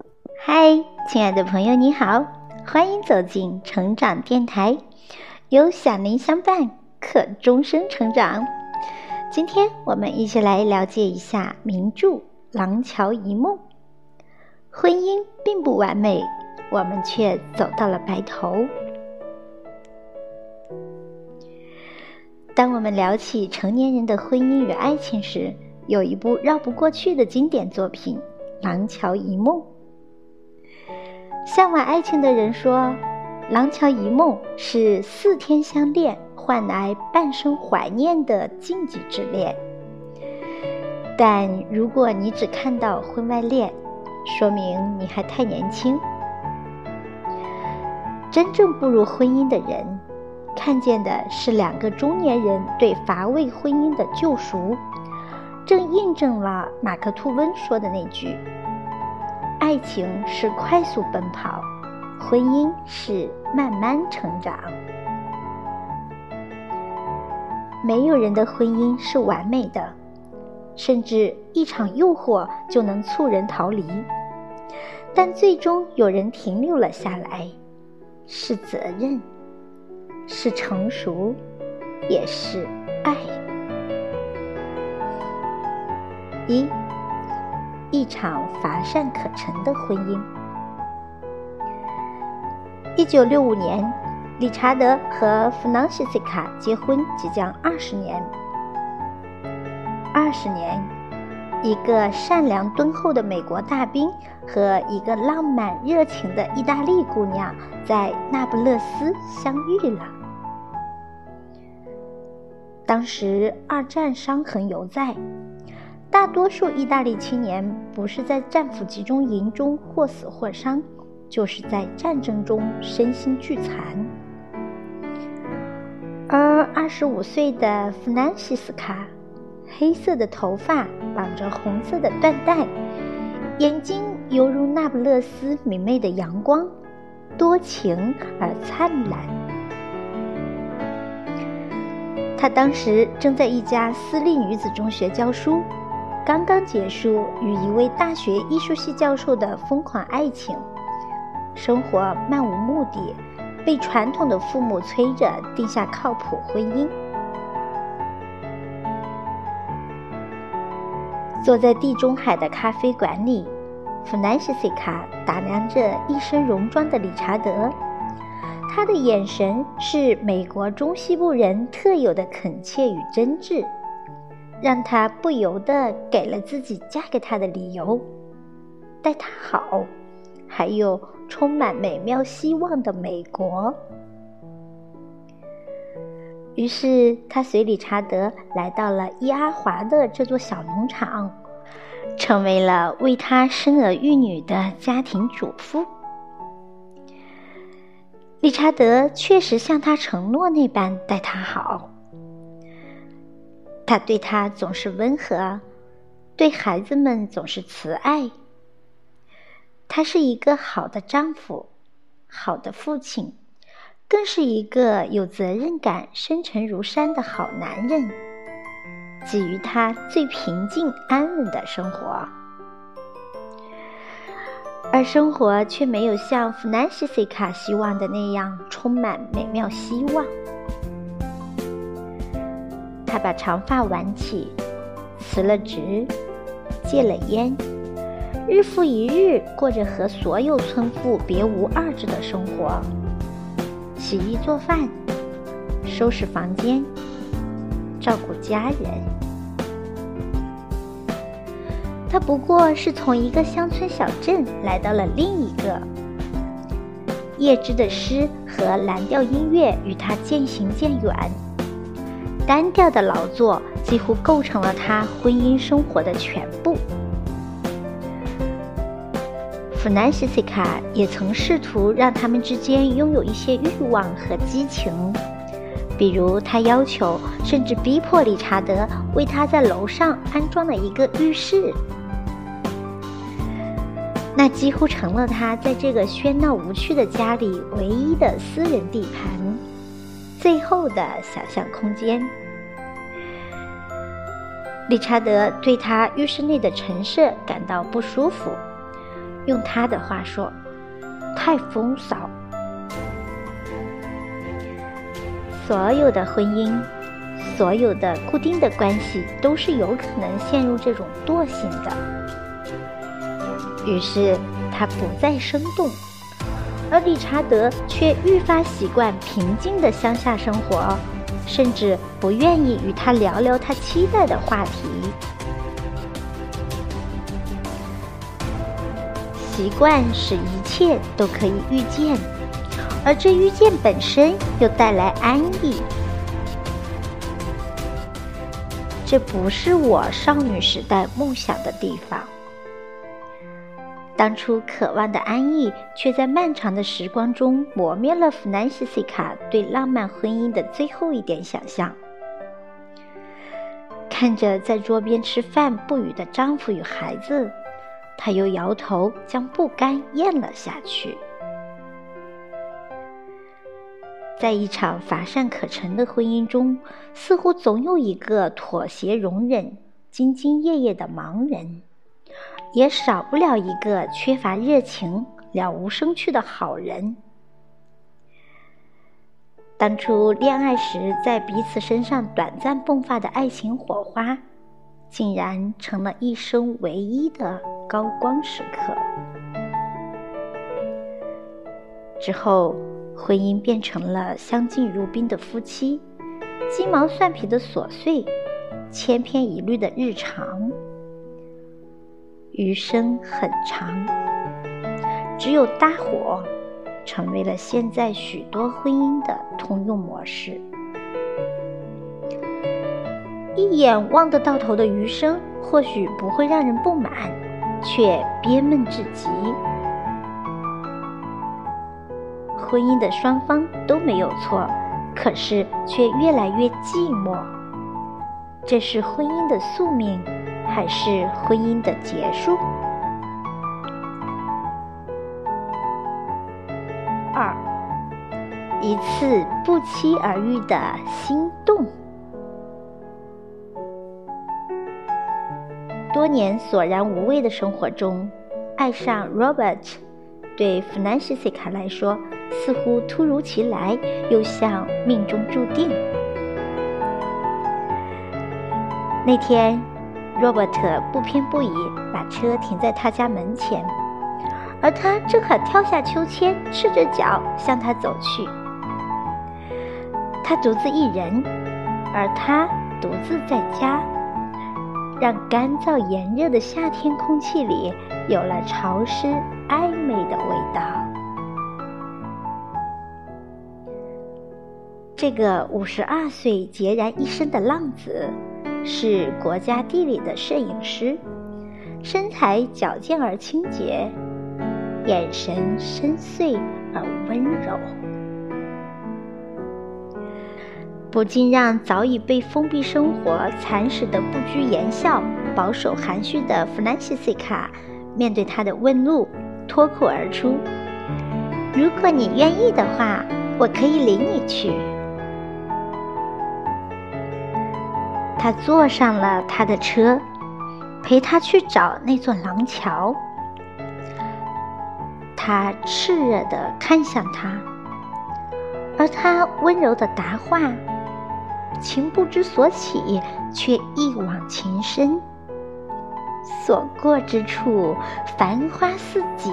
嗨，亲爱的朋友你好，欢迎走进成长电台，有小林相伴，可终身成长。今天我们一起来了解一下名著《廊桥遗梦》。婚姻并不完美，我们却走到了白头。当我们聊起成年人的婚姻与爱情时，有一部绕不过去的经典作品《廊桥遗梦》。向往爱情的人说，廊桥遗梦是4天相恋换来半生怀念的禁忌之恋。但如果你只看到婚外恋，说明你还太年轻。真正步入婚姻的人，看见的是2个中年人对乏味婚姻的救赎，正印证了马克·吐温说的那句：爱情是快速奔跑，婚姻是慢慢成长。没有人的婚姻是完美的，甚至一场诱惑就能促人逃离，但最终有人停留了下来，是责任，是成熟，也是爱。一场乏善可陈的婚姻。1965年，理查德和弗朗西斯卡结婚即将20年。20年，一个善良敦厚的美国大兵和一个浪漫热情的意大利姑娘在那不勒斯相遇了。当时2战伤痕犹在，大多数意大利青年不是在战俘集中营中或死或伤，就是在战争中身心俱残。而25岁的弗南西斯卡，黑色的头发绑着红色的缎带，眼睛犹如那不勒斯明媚的阳光，多情而灿烂。她当时正在一家私立女子中学教书，刚刚结束与一位大学艺术系教授的疯狂爱情，生活漫无目的，被传统的父母催着定下靠谱婚姻。坐在地中海的咖啡馆里，弗南西斯卡打量着一身戎装的理查德，他的眼神是美国中西部人特有的恳切与真挚，让他不由地给了自己嫁给他的理由：待他好，还有充满美妙希望的美国。于是他随理查德来到了伊阿华的这座小农场，成为了为他生儿育女的家庭主妇。理查德确实像他承诺那般待他好，他对他总是温和，对孩子们总是慈爱。他是一个好的丈夫，好的父亲，更是一个有责任感、深沉如山的好男人，给予他最平静安稳的生活。而生活却没有像弗南西斯卡希望的那样充满美妙希望。他把长发挽起，辞了职，戒了烟，日复一日过着和所有村妇别无二致的生活，洗衣做饭，收拾房间，照顾家人。他不过是从一个乡村小镇来到了另一个。叶芝的诗和蓝调音乐与他渐行渐远，单调的劳作几乎构成了他婚姻生活的全部。弗南西斯卡也曾试图让他们之间拥有一些欲望和激情，比如他要求甚至逼迫理查德为他在楼上安装了一个浴室，那几乎成了他在这个喧闹无趣的家里唯一的私人地盘，最后的想象空间。理查德对他浴室内的陈设感到不舒服， 用他的话说，太风骚。所有的婚姻，所有的固定的关系都是有可能陷入这种惰性的。于是他不再生动，而理查德却愈发习惯平静的乡下生活，甚至不愿意与他聊聊他期待的话题。习惯使一切都可以预见，而这预见本身又带来安逸。这不是我少女时代梦想的地方。当初渴望的安逸，却在漫长的时光中磨灭了弗南西西卡对浪漫婚姻的最后一点想象。看着在桌边吃饭不语的丈夫与孩子，她又摇头将不甘咽了下去。在一场乏善可陈的婚姻中，似乎总有一个妥协容忍、兢兢业业的盲人，也少不了一个缺乏热情、了无生趣的好人。当初恋爱时在彼此身上短暂迸发的爱情火花，竟然成了一生唯一的高光时刻。之后婚姻变成了相敬如宾的夫妻，鸡毛蒜皮的琐碎，千篇一律的日常。余生很长，只有搭伙成为了现在许多婚姻的通用模式。一眼望得到头的余生或许不会让人不满，却憋闷至极。婚姻的双方都没有错，可是却越来越寂寞。这是婚姻的宿命，还是婚姻的结束？2. 一次不期而遇的心动。多年索然无味的生活中，爱上 Robert 对弗南西西卡来说似乎突如其来，又像命中注定。那天Robert 不偏不倚把车停在他家门前，而他正好跳下秋千，赤着脚向他走去。他独自一人，而他独自在家，让干燥炎热的夏天空气里有了潮湿暧昧的味道。这个52岁孑然一身的浪子是国家地理的摄影师，身材矫健而清洁，眼神深邃而温柔，不禁让早已被封闭生活蚕食的不拘言笑、保守含蓄的弗南西西卡面对他的问路脱口而出：“如果你愿意的话，我可以领你去。”他坐上了他的车，陪他去找那座廊桥。他炽热地看向他，而他温柔的答话，情不知所起，却一往情深。所过之处，繁花似锦。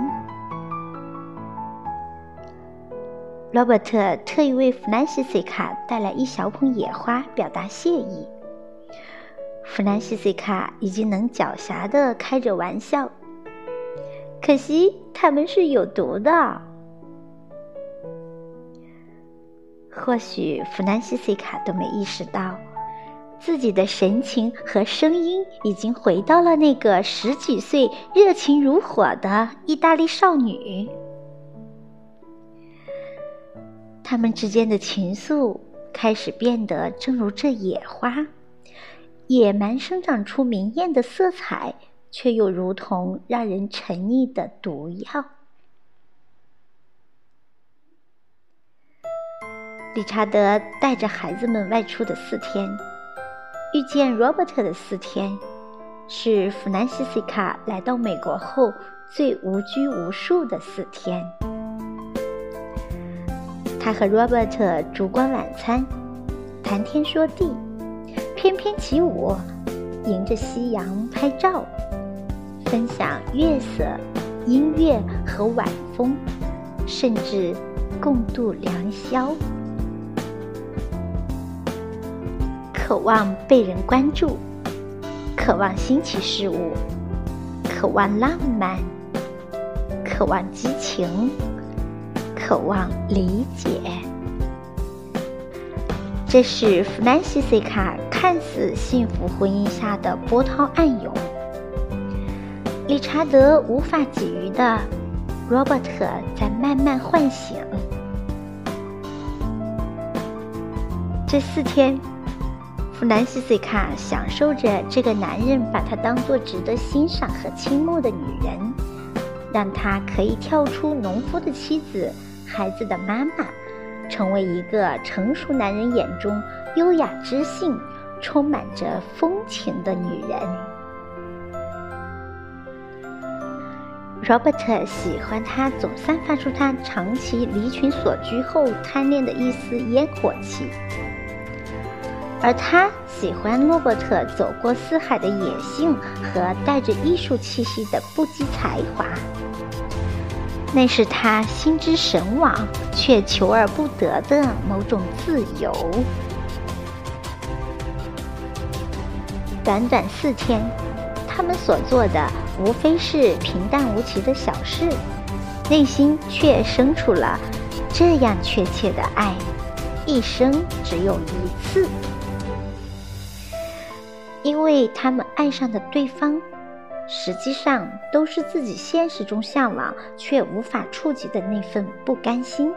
罗伯特特意为弗南西西卡带来一小捧野花，表达谢意。弗南西西卡已经能狡黠地开着玩笑，可惜它们是有毒的。或许弗南西西卡都没意识到，自己的神情和声音已经回到了那个10几岁热情如火的意大利少女。他们之间的情愫开始变得正如这野花，野蛮生长出明艳的色彩，却又如同让人沉溺的毒药。理查德带着孩子们外出的4天，遇见罗伯特的4天，是弗南西西卡来到美国后最无拘无束的4天。他和罗伯特烛光晚餐，谈天说地，翩翩起舞，迎着夕阳拍照，分享月色、音乐和晚风，甚至共度良宵。渴望被人关注，渴望新奇事物，渴望浪漫，渴望激情，渴望理解。这是弗兰西斯卡看似幸福婚姻下的波涛暗涌。理查德无法给予的，罗伯特在慢慢唤醒。这4天，弗兰西斯卡享受着这个男人把她当作值得欣赏和倾慕的女人，让她可以跳出农夫的妻子、孩子的妈妈，成为一个成熟男人眼中优雅知性、充满着风情的女人。罗伯特喜欢她总散发出她长期离群索居后贪恋的一丝烟火气，而他喜欢罗伯特走过四海的野性和带着艺术气息的不羁才华，那是他心之神往却求而不得的某种自由。短短4天，他们所做的无非是平淡无奇的小事，内心却生出了这样确切的爱，一生只有一次。因为他们爱上的对方，实际上都是自己现实中向往却无法触及的那份不甘心。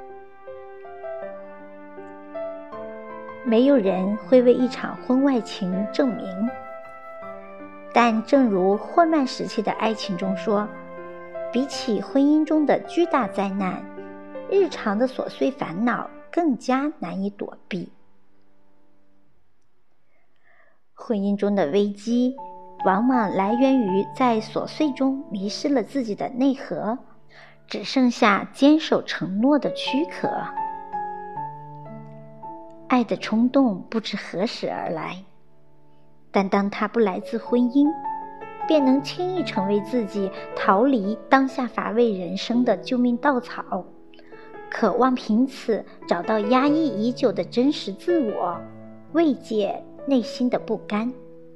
没有人会为一场婚外情证明，但正如混乱时期的爱情中说，比起婚姻中的巨大灾难，日常的琐碎烦恼更加难以躲避。婚姻中的危机往往来源于在琐碎中迷失了自己的内核，只剩下坚守承诺的躯壳。爱的冲动不知何时而来，但当它不来自婚姻，便能轻易成为自己逃离当下乏味人生的救命稻草，渴望凭此找到压抑已久的真实自我，慰藉内心的不甘。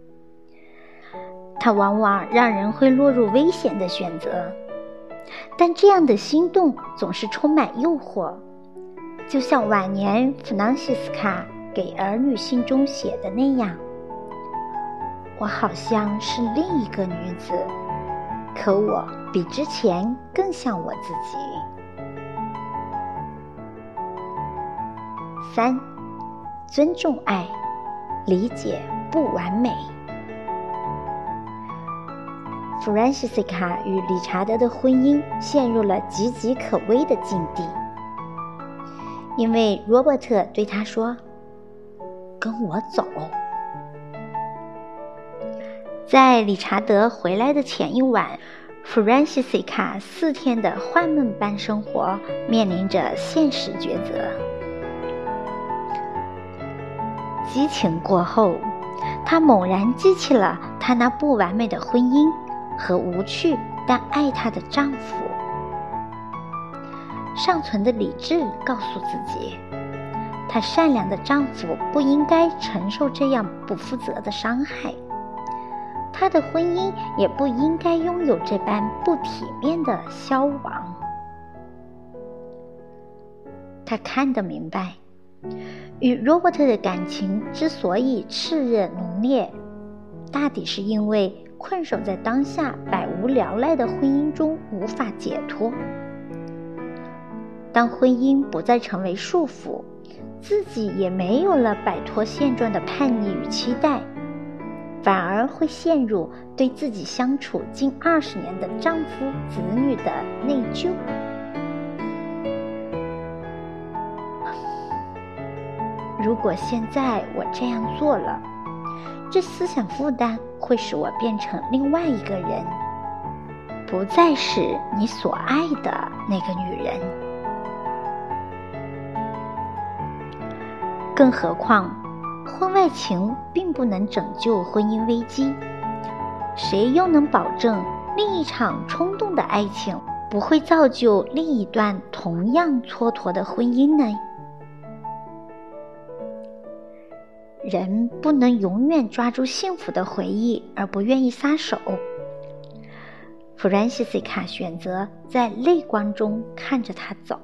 它往往让人会落入危险的选择，但这样的心动总是充满诱惑，就像晚年弗朗西斯卡给儿女信中写的那样，我好像是另一个女子，可我比之前更像我自己。3. 尊重爱，理解不完美。弗兰西斯卡与理查德的婚姻陷入了岌岌可危的境地，因为罗伯特对他说：“跟我走。”在理查德回来的前一晚，弗兰西斯卡4天的幻梦般生活面临着现实抉择。激情过后，她猛然记起了她那不完美的婚姻和无趣但爱她的丈夫。尚存的理智告诉自己，她善良的丈夫不应该承受这样不负责的伤害，她的婚姻也不应该拥有这般不体面的消亡。她看得明白，与罗伯特的感情之所以炽热浓烈，大抵是因为困守在当下百无聊赖的婚姻中无法解脱。当婚姻不再成为束缚，自己也没有了摆脱现状的叛逆与期待，反而会陷入对自己相处近20年的丈夫子女的内疚。如果现在我这样做了，这思想负担会使我变成另外一个人。 不再是你所爱的那个女人。更何况，婚外情并不能拯救婚姻危机，谁又能保证另一场冲动的爱情不会造就另一段同样蹉跎的婚姻呢？人不能永远抓住幸福的回忆而不愿意撒手。弗兰西斯卡选择在泪光中看着他走。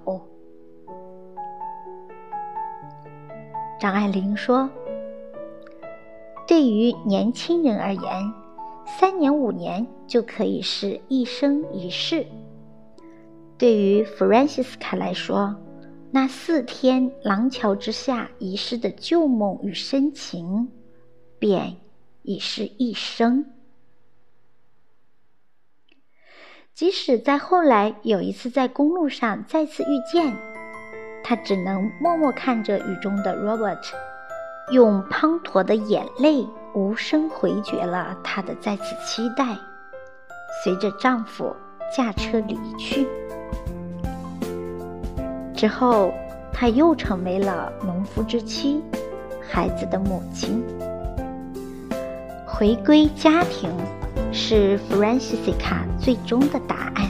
张爱玲说，对于年轻人而言，3年5年就可以是一生一世。对于弗兰西斯卡来说，那4天廊桥之下遗失的旧梦与深情，便已是一生。即使在后来有一次在公路上再次遇见，他只能默默看着雨中的 Robert， 用滂沱的眼泪无声回绝了他的再次期待，随着丈夫驾车离去。之后，她又成为了农夫之妻，孩子的母亲。回归家庭是弗兰西斯卡最终的答案。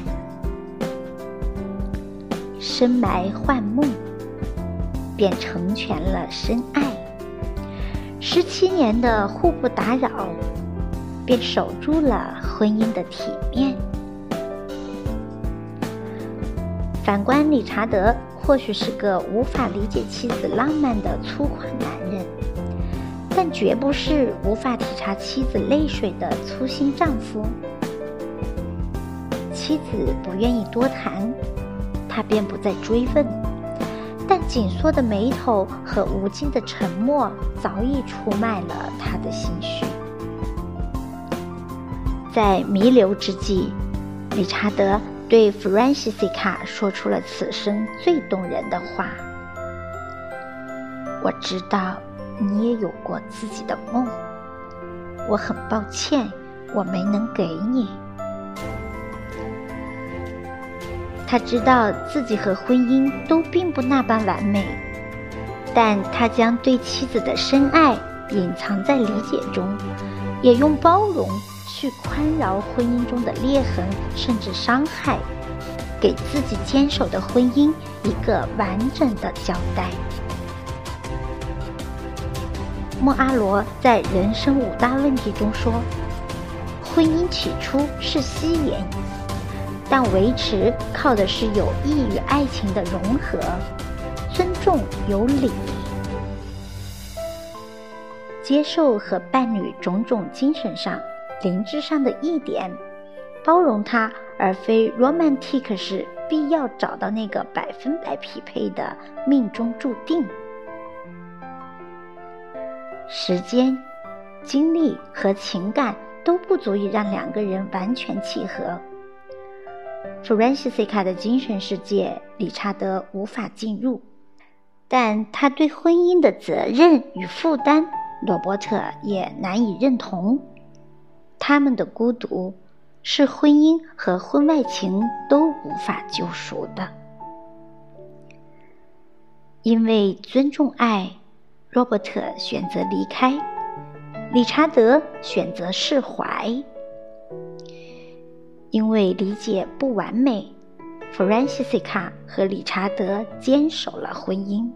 深埋幻梦，便成全了深爱。17年的互不打扰，便守住了婚姻的体面。反观理查德，或许是个无法理解妻子浪漫的粗犷男人，但绝不是无法体察妻子泪水的粗心丈夫。妻子不愿意多谈，他便不再追问，但紧缩的眉头和无尽的沉默早已出卖了他的心绪。在弥留之际，理查德对弗兰西斯卡说出了此生最动人的话：我知道你也有过自己的梦，我很抱歉我没能给你。他知道自己和婚姻都并不那般完美，但他将对妻子的深爱隐藏在理解中，也用包容去宽饶婚姻中的裂痕甚至伤害，给自己坚守的婚姻一个完整的交代。莫阿罗在人生5大问题中说，婚姻起初是吸引，但维持靠的是友谊与爱情的融合，尊重有礼，接受和伴侣种种精神上灵智上的异点，包容它，而非 romantic 是必要找到那个100%匹配的命中注定。时间、精力和情感都不足以让2个人完全契合。弗兰西斯卡的精神世界，理查德无法进入，但他对婚姻的责任与负担，罗伯特也难以认同。他们的孤独是婚姻和婚外情都无法救赎的。因为尊重爱，罗伯特选择离开，理查德选择释怀。因为理解不完美，弗兰西斯卡和理查德坚守了婚姻。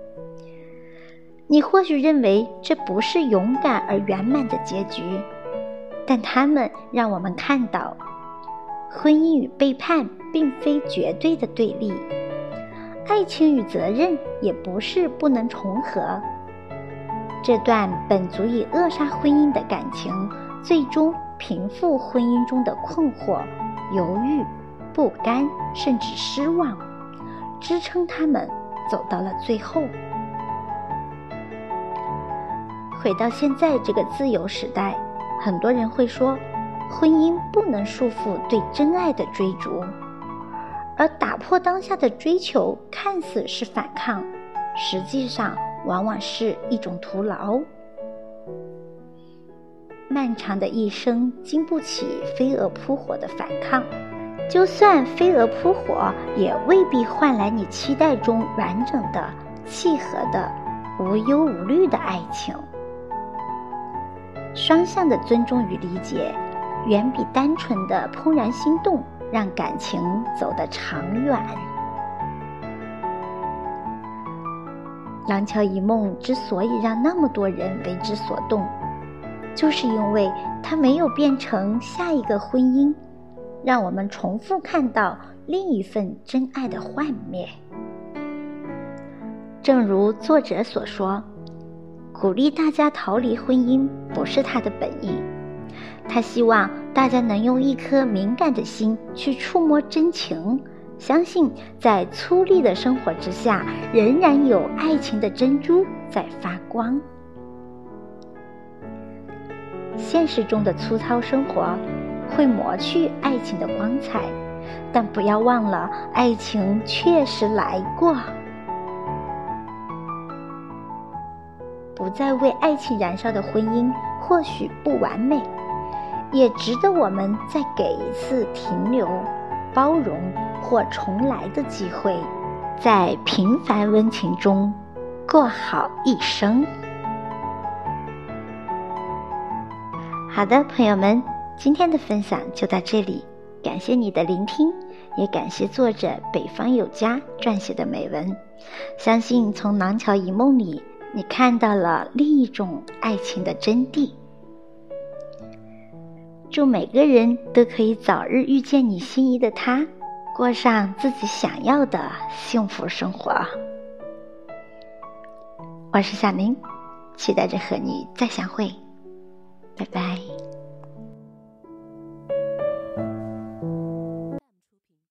你或许认为这不是勇敢而圆满的结局，但他们让我们看到，婚姻与背叛并非绝对的对立，爱情与责任也不是不能重合。这段本足以扼杀婚姻的感情，最终平复婚姻中的困惑、犹豫、不甘，甚至失望，支撑他们走到了最后。回到现在这个自由时代，很多人会说，婚姻不能束缚对真爱的追逐，而打破当下的追求看似是反抗，实际上往往是一种徒劳。漫长的一生经不起飞蛾扑火的反抗， 就算飞蛾扑火，也未必换来你期待中完整的、契合的、无忧无虑的爱情。双向的尊重与理解，远比单纯的怦然心动让感情走得长远。廊桥遗梦之所以让那么多人为之所动，就是因为它没有变成下一个婚姻，让我们重复看到另一份真爱的幻灭。正如作者所说，鼓励大家逃离婚姻不是他的本意，他希望大家能用一颗敏感的心去触摸真情，相信在粗粝的生活之下，仍然有爱情的珍珠在发光。现实中的粗糙生活会磨去爱情的光彩，但不要忘了，爱情确实来过。不再为爱情燃烧的婚姻或许不完美，也值得我们再给一次停留、包容或重来的机会，在平凡温情中过好一生。好的，朋友们，今天的分享就到这里，感谢你的聆听，也感谢作者北方有家撰写的美文。相信从廊桥遗梦里，你看到了另一种爱情的真谛。祝每个人都可以早日遇见你心仪的他，过上自己想要的幸福生活。我是小宁，期待着和你再相会，拜拜。